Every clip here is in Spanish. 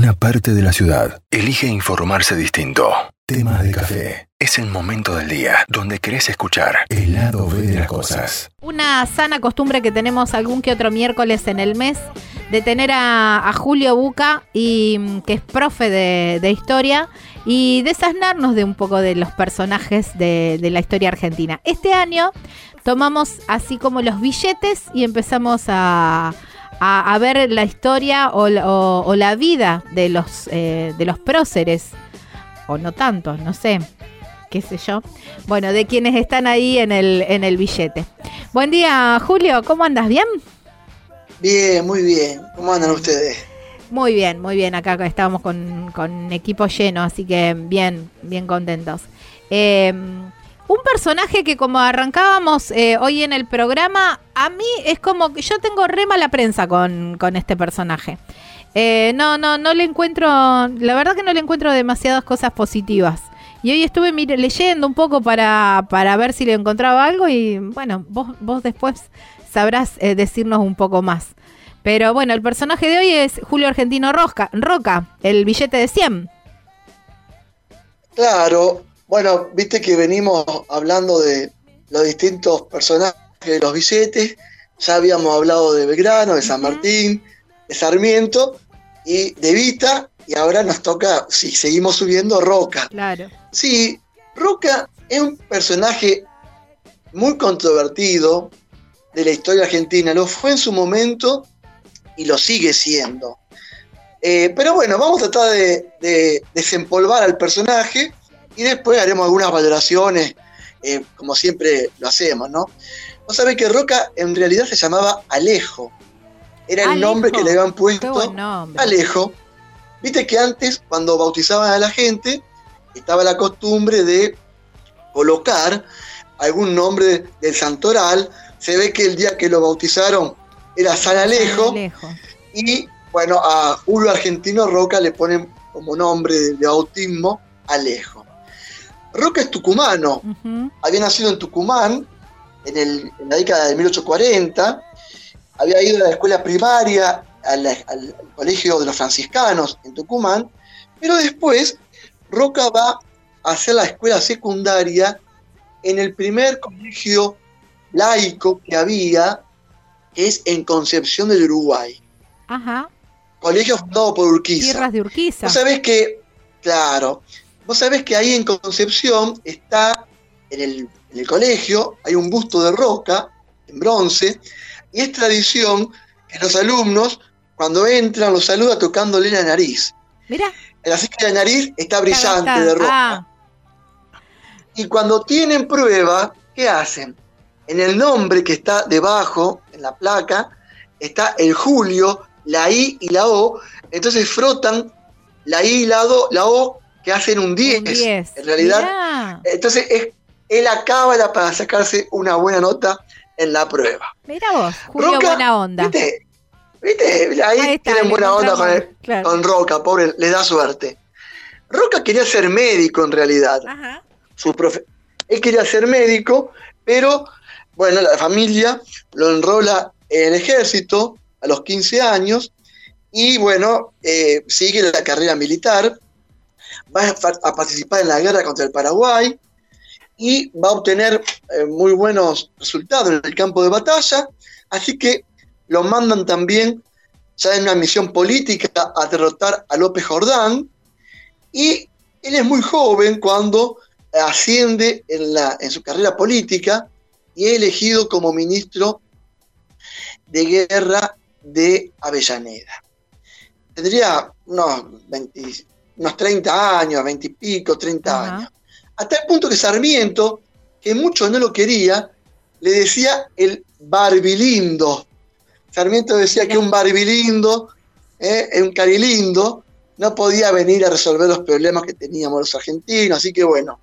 una parte de la ciudad elige informarse distinto. Temas de café. Es el momento del día donde querés escuchar el lado B de las cosas. Una sana costumbre que tenemos algún que otro miércoles en el mes de tener a Julio Buca, que es profe de historia, y desasnarnos de un poco de los personajes de la historia argentina. Este año tomamos así como los billetes y empezamos a ver la historia o la vida de los próceres, o no tanto, no sé, qué sé yo. Bueno, de quienes están ahí en el billete. Buen día, Julio, ¿cómo andas? ¿Bien? Bien, muy bien. ¿Cómo andan ustedes? Muy bien. Acá estábamos con equipo lleno, así que bien contentos. Un personaje que, como arrancábamos hoy en el programa, a mí es como que yo tengo re mala prensa con este personaje. No le encuentro, la verdad que no le encuentro demasiadas cosas positivas. Y hoy estuve leyendo un poco para ver si le encontraba algo y bueno, vos después sabrás decirnos un poco más. Pero bueno, el personaje de hoy es Julio Argentino Roca, el billete de 100. Claro, bueno, viste que venimos hablando de los distintos personajes de los billetes. Ya habíamos hablado de Belgrano, de San Martín, de Sarmiento y de Evita, y ahora nos toca, si seguimos subiendo, Roca. Claro. Sí, Roca es un personaje muy controvertido de la historia argentina. Lo fue en su momento y lo sigue siendo. Pero bueno, vamos a tratar de desempolvar al personaje y después haremos algunas valoraciones, como siempre lo hacemos, ¿no? Vos sabés que Roca en realidad se llamaba Alejo. Era el nombre que le habían puesto. Alejo. Viste que antes, cuando bautizaban a la gente, estaba la costumbre de colocar algún nombre del santoral. Se ve que el día que lo bautizaron era San Alejo. Y bueno, a Julio Argentino Roca le ponen como nombre de bautismo Alejo. Roca es tucumano. Había nacido en Tucumán en la década de 1840. Había ido a la escuela primaria, al colegio de los franciscanos en Tucumán, pero después Roca va a hacer la escuela secundaria en el primer colegio laico que había, que es en Concepción del Uruguay. Ajá. Colegio fundado por Urquiza. Tierras de Urquiza. Vos sabés que ahí en Concepción está, en el colegio, hay un busto de Roca, en bronce, y es tradición que los alumnos, cuando entran, los saluda tocándole la nariz. Mirá. Así que la nariz está brillante de Roca. Y cuando tienen prueba, ¿qué hacen? En el nombre que está debajo, en la placa, está el Julio, la I y la O. Entonces frotan la I y la O, que hacen un 10. En realidad. Mirá. Entonces él acaba para sacarse una buena nota en la prueba. Mira vos, Julio, Roca, buena onda. ¿Viste? Ahí tienen buena onda con Roca, pobre, les da suerte. Roca quería ser médico en realidad. Ajá. Él quería ser médico, pero bueno, la familia lo enrola en el ejército a los 15 años y bueno, sigue la carrera militar, va a participar en la guerra contra el Paraguay y va a obtener muy buenos resultados en el campo de batalla, así que lo mandan también ya en una misión política a derrotar a López Jordán, y él es muy joven cuando asciende en su carrera política y es elegido como ministro de guerra de Avellaneda. Tendría unos 30 años, 20 y pico, 30 años. Hasta el punto que Sarmiento, que mucho no lo quería, le decía el barbilindo. Sarmiento decía que un barbilindo, un carilindo, no podía venir a resolver los problemas que teníamos los argentinos. Así que bueno,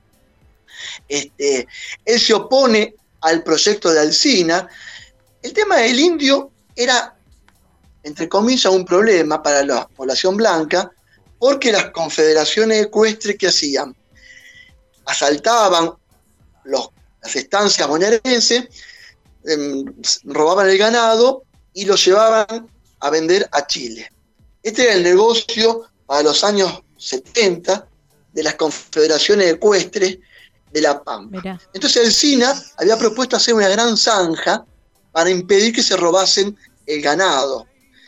él se opone al proyecto de Alsina. El tema del indio era, entre comillas, un problema para la población blanca, porque las confederaciones ecuestres, ¿qué hacían? Asaltaban las estancias bonaerenses, robaban el ganado y lo llevaban a vender a Chile. Este era el negocio para los años 70 de las confederaciones ecuestres de La Pampa. Mirá. Entonces Alsina había propuesto hacer una gran zanja para impedir que se robasen el ganado.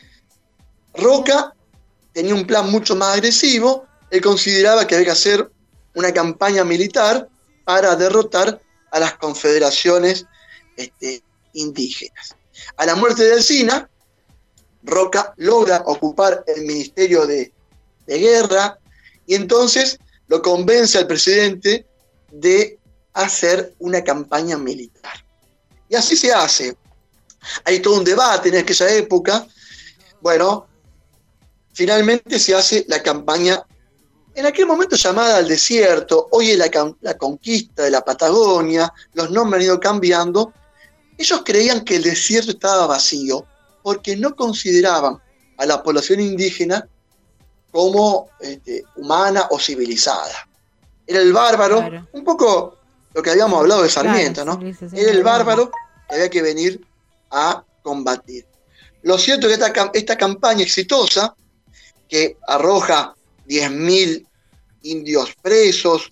Roca tenía un plan mucho más agresivo. Él consideraba que había que hacer una campaña militar para derrotar a las confederaciones indígenas. A la muerte de Alsina, Roca logra ocupar el Ministerio de Guerra y entonces lo convence al presidente de hacer una campaña militar. Y así se hace. Hay todo un debate en aquella época. Bueno, finalmente se hace la campaña, en aquel momento llamada al desierto, hoy es la conquista de la Patagonia, los nombres han ido cambiando. Ellos creían que el desierto estaba vacío porque no consideraban a la población indígena como humana o civilizada. Era el bárbaro, claro. Un poco lo que habíamos hablado de Sarmiento, claro, ¿no? Sí, era el bárbaro que había que venir a combatir. Lo cierto es que esta campaña exitosa, que arroja 10.000 indios presos,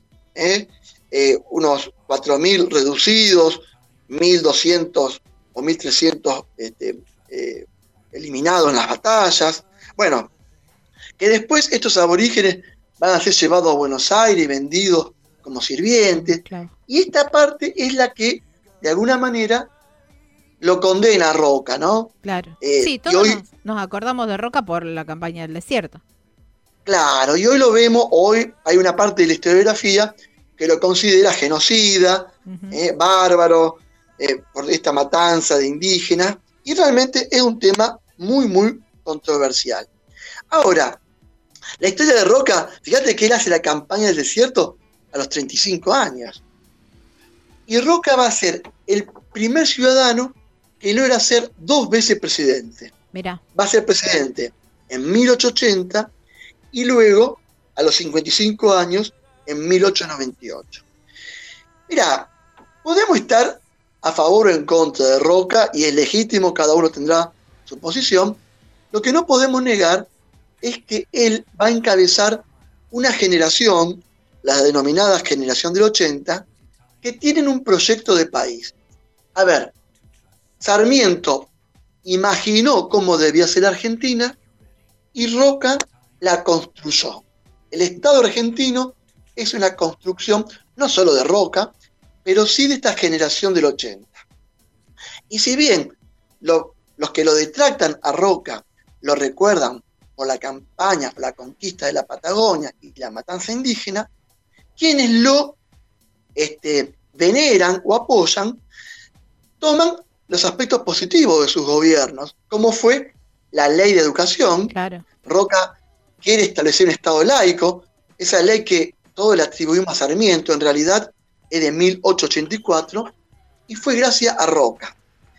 unos 4.000 reducidos, 1.200 o 1.300 eliminados en las batallas. Bueno, que después estos aborígenes van a ser llevados a Buenos Aires y vendidos como sirvientes. Claro. Y esta parte es la que, de alguna manera, lo condena a Roca, ¿no? Claro. Sí, todos nos acordamos de Roca por la campaña del desierto. Claro, y hoy lo vemos, hoy hay una parte de la historiografía que lo considera genocida, bárbaro, por esta matanza de indígenas, y realmente es un tema muy, muy controversial. Ahora, la historia de Roca, fíjate que él hace la campaña del desierto a los 35 años. Y Roca va a ser el primer ciudadano que logra ser 2 veces presidente. Mirá. Va a ser presidente en 1880 y luego, a los 55 años, en 1898. Mirá, podemos estar a favor o en contra de Roca, y es legítimo, cada uno tendrá su posición. Lo que no podemos negar es que él va a encabezar una generación, la denominada generación del 80, que tienen un proyecto de país. A ver, Sarmiento imaginó cómo debía ser Argentina y Roca la construyó. El Estado argentino es una construcción no solo de Roca, pero sí de esta generación del 80. Y si bien los que lo detractan a Roca lo recuerdan por la campaña, por la conquista de la Patagonia y la matanza indígena, quienes lo veneran o apoyan, toman los aspectos positivos de sus gobiernos, como fue la ley de educación. Claro. Roca quiere establecer un Estado laico, esa ley que todos le atribuimos a Sarmiento, en realidad es de 1884, y fue gracias a Roca.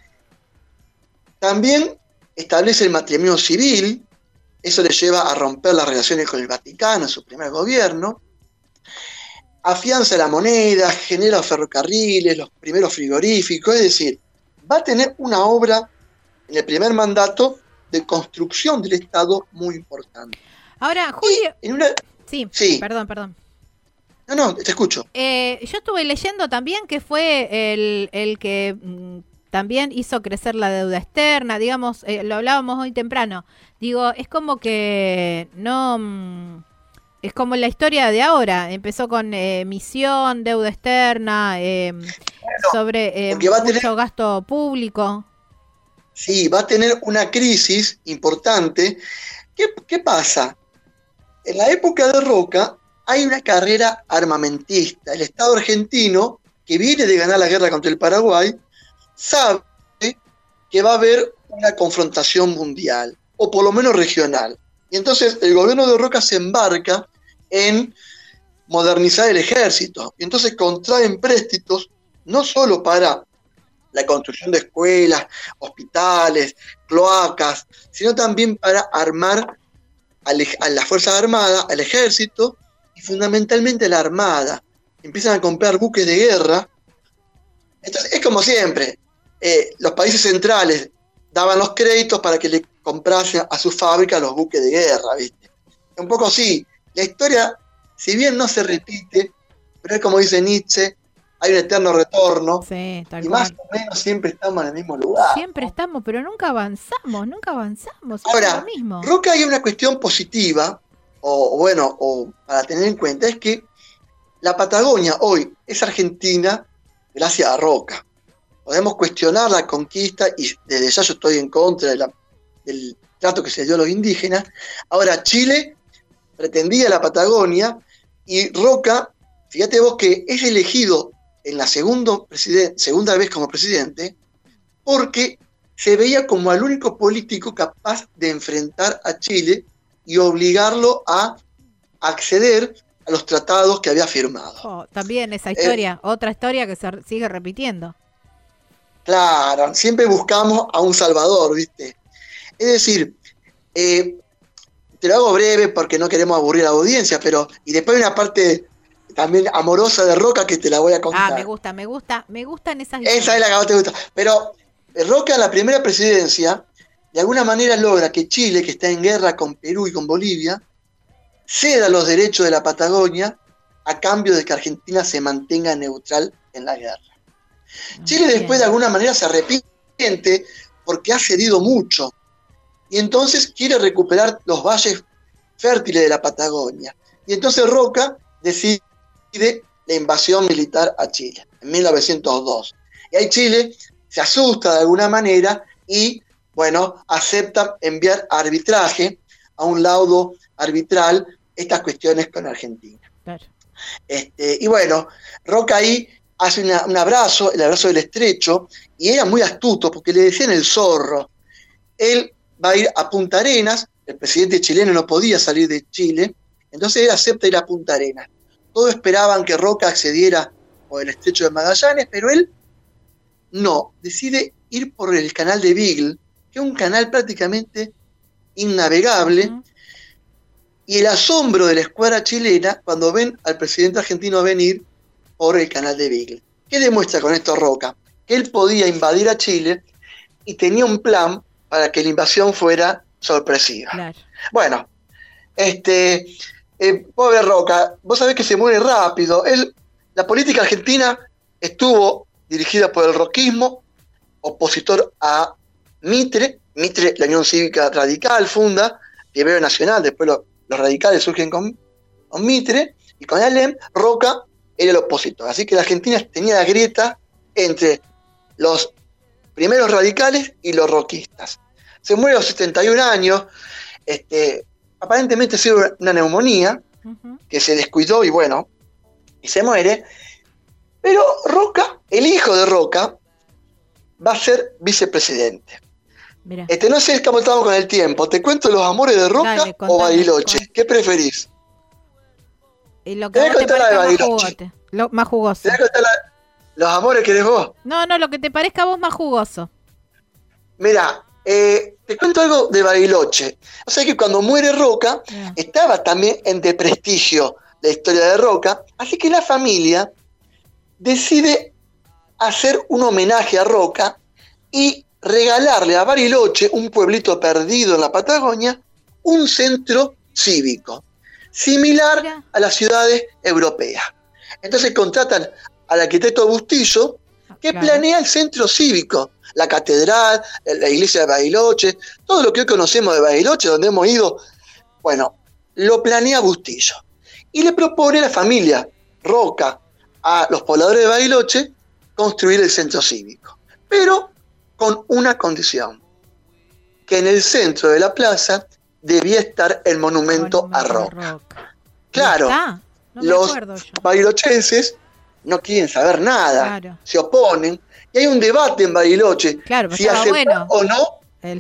También establece el matrimonio civil, eso le lleva a romper las relaciones con el Vaticano en su primer gobierno, afianza la moneda, genera ferrocarriles, los primeros frigoríficos, es decir, va a tener una obra en el primer mandato de construcción del Estado muy importante. Ahora, Julio... Sí, perdón. No, te escucho. Yo estuve leyendo también que fue el que también hizo crecer la deuda externa, digamos, lo hablábamos hoy temprano. Digo, es como que no... Es como la historia de ahora, empezó con emisión, deuda externa, sobre mucho gasto público. Sí, va a tener una crisis importante. ¿Qué pasa? En la época de Roca hay una carrera armamentista. El Estado argentino, que viene de ganar la guerra contra el Paraguay, sabe que va a haber una confrontación mundial, o por lo menos regional. Y entonces el gobierno de Roca se embarca en modernizar el ejército. Y entonces contraen préstitos no solo para la construcción de escuelas, hospitales, cloacas, sino también para armar a las Fuerzas Armadas, al ejército, y fundamentalmente a la Armada. Empiezan a comprar buques de guerra. Entonces, es como siempre, los países centrales daban los créditos para que le comprasen a sus fábricas los buques de guerra, ¿viste? un poco sí. La historia, si bien no se repite, pero es como dice Nietzsche, hay un eterno retorno. Sí, tal y cual. más o menos siempre estamos en el mismo lugar. Siempre estamos, pero nunca avanzamos. Ahora, lo mismo. Roca, hay una cuestión positiva, o para tener en cuenta, es que la Patagonia hoy es argentina gracias a Roca. Podemos cuestionar la conquista y desde ya yo estoy en contra del trato que se dio a los indígenas. Ahora, Chile pretendía la Patagonia y Roca, fíjate vos que es elegido en la segunda vez como presidente porque se veía como el único político capaz de enfrentar a Chile y obligarlo a acceder a los tratados que había firmado. También esa historia, otra historia que se sigue repitiendo. Claro, siempre buscamos a un salvador, ¿viste? Es decir, te lo hago breve porque no queremos aburrir a la audiencia, pero y después hay una parte también amorosa de Roca que te la voy a contar. Me gustan esas historias. Esa es la que a vos te gusta. Pero Roca en la primera presidencia, de alguna manera logra que Chile, que está en guerra con Perú y con Bolivia, ceda los derechos de la Patagonia a cambio de que Argentina se mantenga neutral en la guerra. Chile después de alguna manera se arrepiente porque ha cedido mucho y entonces quiere recuperar los valles fértiles de la Patagonia. Y entonces Roca decide la invasión militar a Chile en 1902. Y ahí Chile se asusta de alguna manera y, bueno, acepta enviar a arbitraje, a un laudo arbitral, estas cuestiones con Argentina. Claro. Y bueno, Roca ahí hace un abrazo, el abrazo del estrecho, y era muy astuto porque le decían el zorro. Él va a ir a Punta Arenas, el presidente chileno no podía salir de Chile, entonces él acepta ir a Punta Arenas. Todos esperaban que Roca accediera por el estrecho de Magallanes, pero él no, decide ir por el canal de Beagle, que es un canal prácticamente innavegable, y el asombro de la escuadra chilena cuando ven al presidente argentino venir por el canal de Beagle. ¿Qué demuestra con esto Roca? Que él podía invadir a Chile y tenía un plan para que la invasión fuera sorpresiva. Claro. Bueno, pobre Roca, vos sabés que se muere rápido. La política argentina estuvo dirigida por el roquismo, opositor a Mitre, la Unión Cívica Radical funda, primero Nacional, después los radicales surgen con Mitre, y con Alem, Roca era el opositor. Así que la Argentina tenía la grieta entre los primeros radicales y los roquistas. Se muere a los 71 años, aparentemente ha sido una neumonía, que se descuidó y bueno, y se muere. Pero Roca, el hijo de Roca, va a ser vicepresidente. No sé cómo estamos con el tiempo. ¿Te cuento los amores de Roca o Bariloche? ¿Qué preferís? Lo que vos te parezca más jugoso. ¿Te voy a contar los amores que eres vos? No, lo que te parezca a vos más jugoso. Mira, te cuento algo de Bariloche. O sea que cuando muere Roca, estaba también en desprestigio la historia de Roca, así que la familia decide hacer un homenaje a Roca y regalarle a Bariloche, un pueblito perdido en la Patagonia, un centro cívico, similar a las ciudades europeas. Entonces contratan al arquitecto Bustillo, que planea el centro cívico, la catedral, la iglesia de Bariloche, todo lo que hoy conocemos de Bariloche, donde hemos ido, bueno, lo planea Bustillo. Y le propone a la familia Roca, a los pobladores de Bariloche, construir el centro cívico. Pero con una condición, que en el centro de la plaza debía estar el monumento a Roca. Claro, los barilochenses no quieren saber nada, se oponen, y hay un debate en Bariloche, si aceptarlo o no,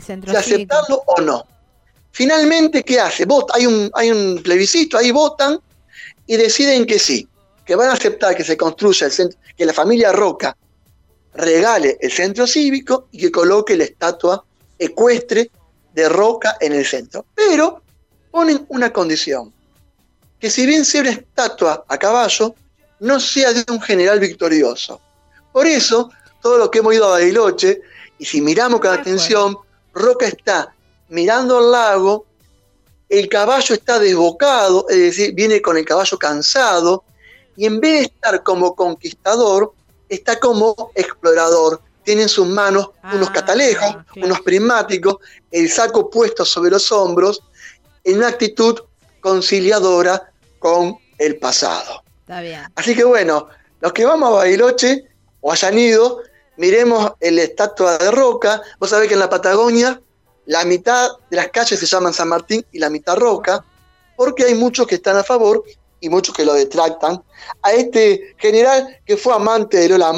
o no. Finalmente, ¿qué hace? Hay un plebiscito, ahí votan y deciden que sí, que van a aceptar que se construya el centro, que la familia Roca regale el centro cívico y que coloque la estatua ecuestre de Roca en el centro. Pero ponen una condición, que si bien sea una estatua a caballo, no sea de un general victorioso. Por eso, todo lo que hemos ido a Bariloche, y si miramos con atención, Roca está mirando al lago el caballo está desbocado, es decir, viene con el caballo cansado, y en vez de estar como conquistador, está como explorador. Tiene en sus manos unos catalejos, claro, unos prismáticos, el saco puesto sobre los hombros, en una actitud conciliadora con el pasado. Está bien. Así que bueno, los que vamos a Bariloche o hayan ido, miremos la estatua de Roca. Vos sabés que en la Patagonia la mitad de las calles se llaman San Martín y la mitad Roca, porque hay muchos que están a favor y muchos que lo detractan. A este general que fue amante de Lola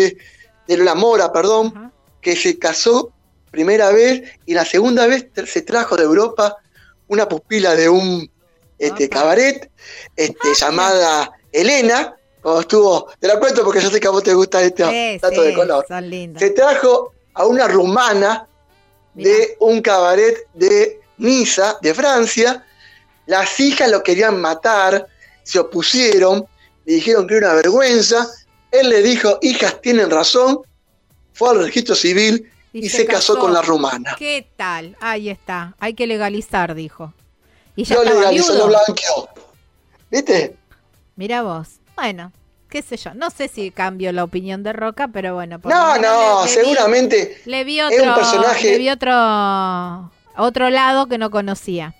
Mora, que se casó primera vez y la segunda vez se trajo de Europa una pupila de un cabaret llamada Elena, cuando estuvo, te la cuento porque yo sé que a vos te gusta este dato de color. Se trajo a una rumana de un cabaret de Niza, de Francia. Las hijas lo querían matar, se opusieron, le dijeron que era una vergüenza. Él le dijo, hijas tienen razón, fue al registro civil y se casó con la rumana. ¿Qué tal? Ahí está, hay que legalizar, dijo. Y ya lo legalizó, lo blanqueó. ¿Viste? Mirá vos. Bueno, qué sé yo. No sé si cambio la opinión de Roca, pero bueno. Seguramente le vi es un personaje. Le vi otro lado que no conocía.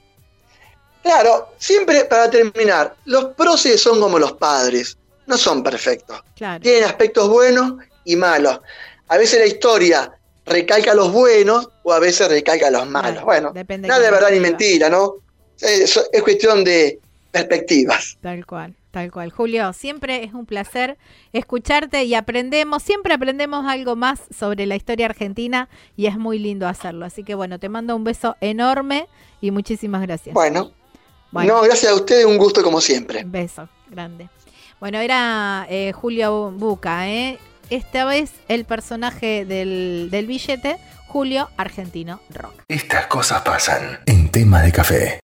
Claro, siempre para terminar, los próceres son como los padres, no son perfectos. Claro. Tienen aspectos buenos y malos. A veces la historia recalca a los buenos o a veces recalca a los malos. Bueno, nada de verdad ni mentira, ¿no? Es cuestión de perspectivas. Tal cual. Julio, siempre es un placer escucharte y siempre aprendemos algo más sobre la historia argentina y es muy lindo hacerlo. Así que bueno, te mando un beso enorme y muchísimas gracias. Bueno. No, gracias a ustedes, un gusto como siempre. Un beso grande. Bueno, era Julio Buca, esta vez el personaje del billete, Julio Argentino Roca. Estas cosas pasan en Tema de Café.